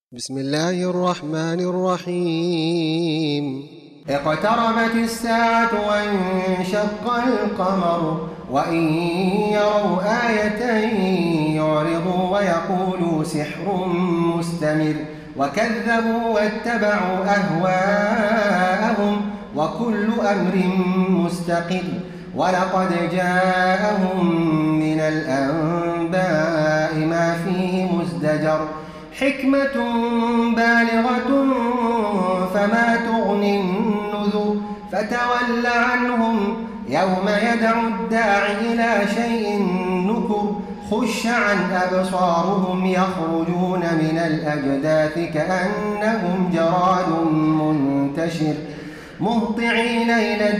بسم الله الرحمن الرحيم اقتربت الساعة وانشق القمر وإن يروا آية يعرضوا ويقولوا سحر مستمر وكذبوا واتبعوا أهواءهم وكل أمر مستقر ولقد جاءهم من الأنباء ما فيه مزدجر حكمة بالغة فما تغني النذر فتول عنهم يوم يدعو الداعي إلى شيء نكر خش عن أبصارهم يخرجون من الأجداث كأنهم جراد منتشر مهطعين إلى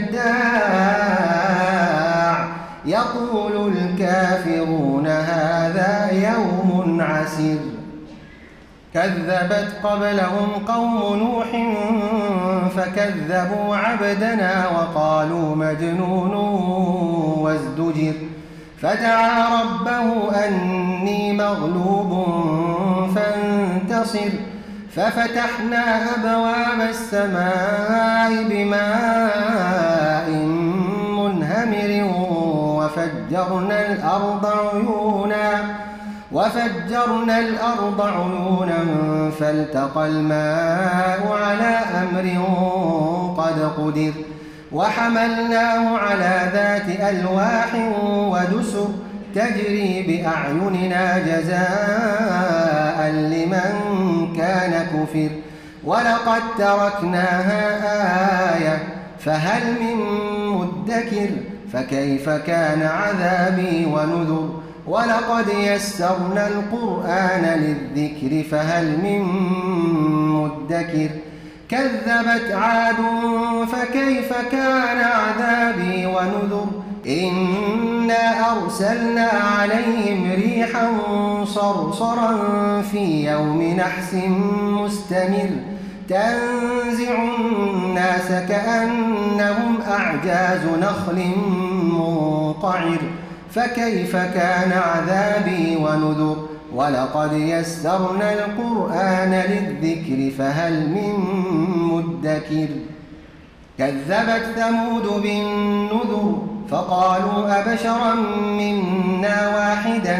الداع يقول الكافرون هذا يوم عسير كذبت قبلهم قوم نوح فكذبوا عبدنا وقالوا مجنون وازدجر فدعا ربه أني مغلوب فانتصر ففتحنا أبواب السماء بماء منهمر وفجرنا الأرض عيونا فالتقى الماء على أمر قد قدر وحملناه على ذات ألواح ودسر تجري بأعيننا جزاء لمن كان كفر ولقد تركناها آية فهل من مدكر فكيف كان عذابي ونذر ولقد يسرنا القرآن للذكر فهل من مدكر كذبت عاد فكيف كان عذابي ونذر إنا أرسلنا عليهم ريحا صرصرا في يوم نحس مستمر تنزع الناس كأنهم أعجاز نخل منقعر فكيف كان عذابي ونذر ولقد يسرنا القرآن للذكر فهل من مدكر كذبت ثمود بالنذر فقالوا أبشرا منا واحدا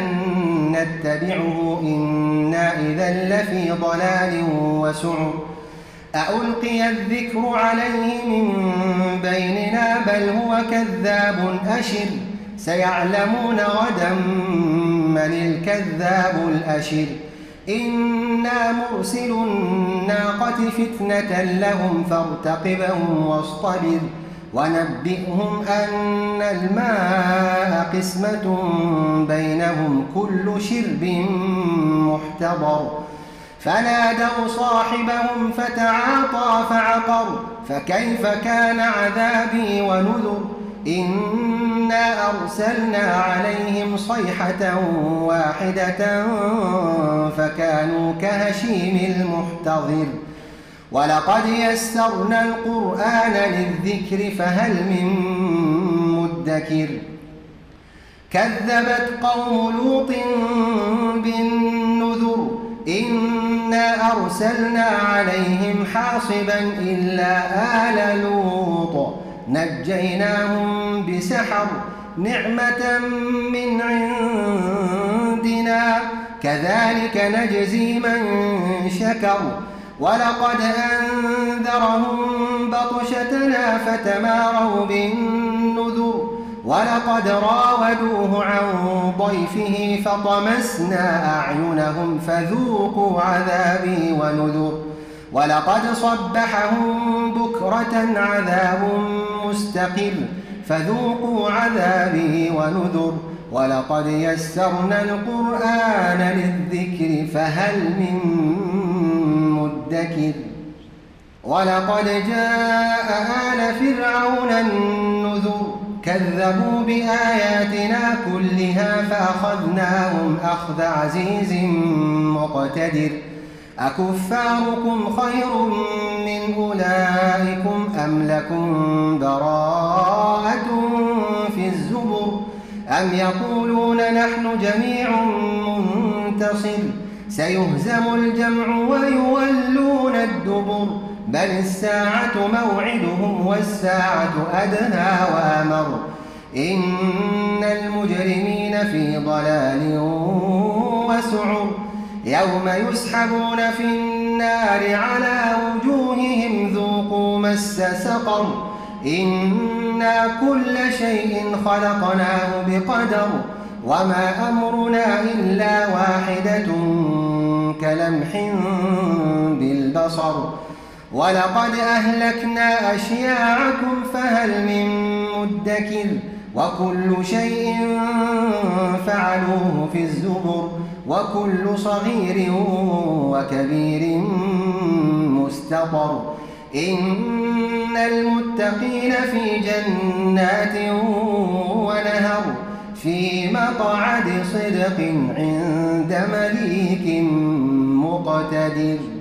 نتبعه إنا إذا لفي ضلال وسعر أألقي الذكر عليه من بيننا بل هو كذاب أشر سيعلمون غدا من الكذاب الأشر إنا مرسل الناقة فتنة لهم فارتقبهم واصطبر ونبئهم أن الماء قسمة بينهم كل شرب محتضر فنادوا صاحبهم فتعاطى فعقر فكيف كان عذابي ونذر إنا أرسلنا عليهم صيحة واحدة فكانوا كهشيم المحتضر ولقد يسرنا القرآن للذكر فهل من مدكر كذبت قوم لوط بالنذر إنا أرسلنا عليهم حاصبا إلا آل لوط نجيناهم بسحر نعمة من عندنا كذلك نجزي من شكر ولقد أنذرهم بطشتنا فتماروا بالنذر ولقد راودوه عن ضيفه فطمسنا أعينهم فذوقوا عذابي ونذر ولقد صبحهم بكرة عذاب مستقر فذوقوا عذابي ونذر ولقد يسرنا القرآن للذكر فهل من مدكر ولقد جاء آل فرعون النذر كذبوا بآياتنا كلها فأخذناهم أخذ عزيز مقتدر أكفاركم خير من أولئكم أم لكم براءة في الزبر أم يقولون نحن جميع منتصر سيهزم الجمع ويولون الدبر بل الساعة موعدهم والساعة أدهى وأمر إن المجرمين في ضلال وسعر يوم يسحبون في النار على وجوههم ذوقوا مس سقر إنا كل شيء خلقناه بقدر وما أمرنا إلا واحدة كلمح بالبصر ولقد أهلكنا أشياعكم فهل من مدكر وكل شيء فعلوه في الزبر وكل صغير وكبير مستطر إن المتقين في جنات ونهر في مقعد صدق عند مليك مقتدر.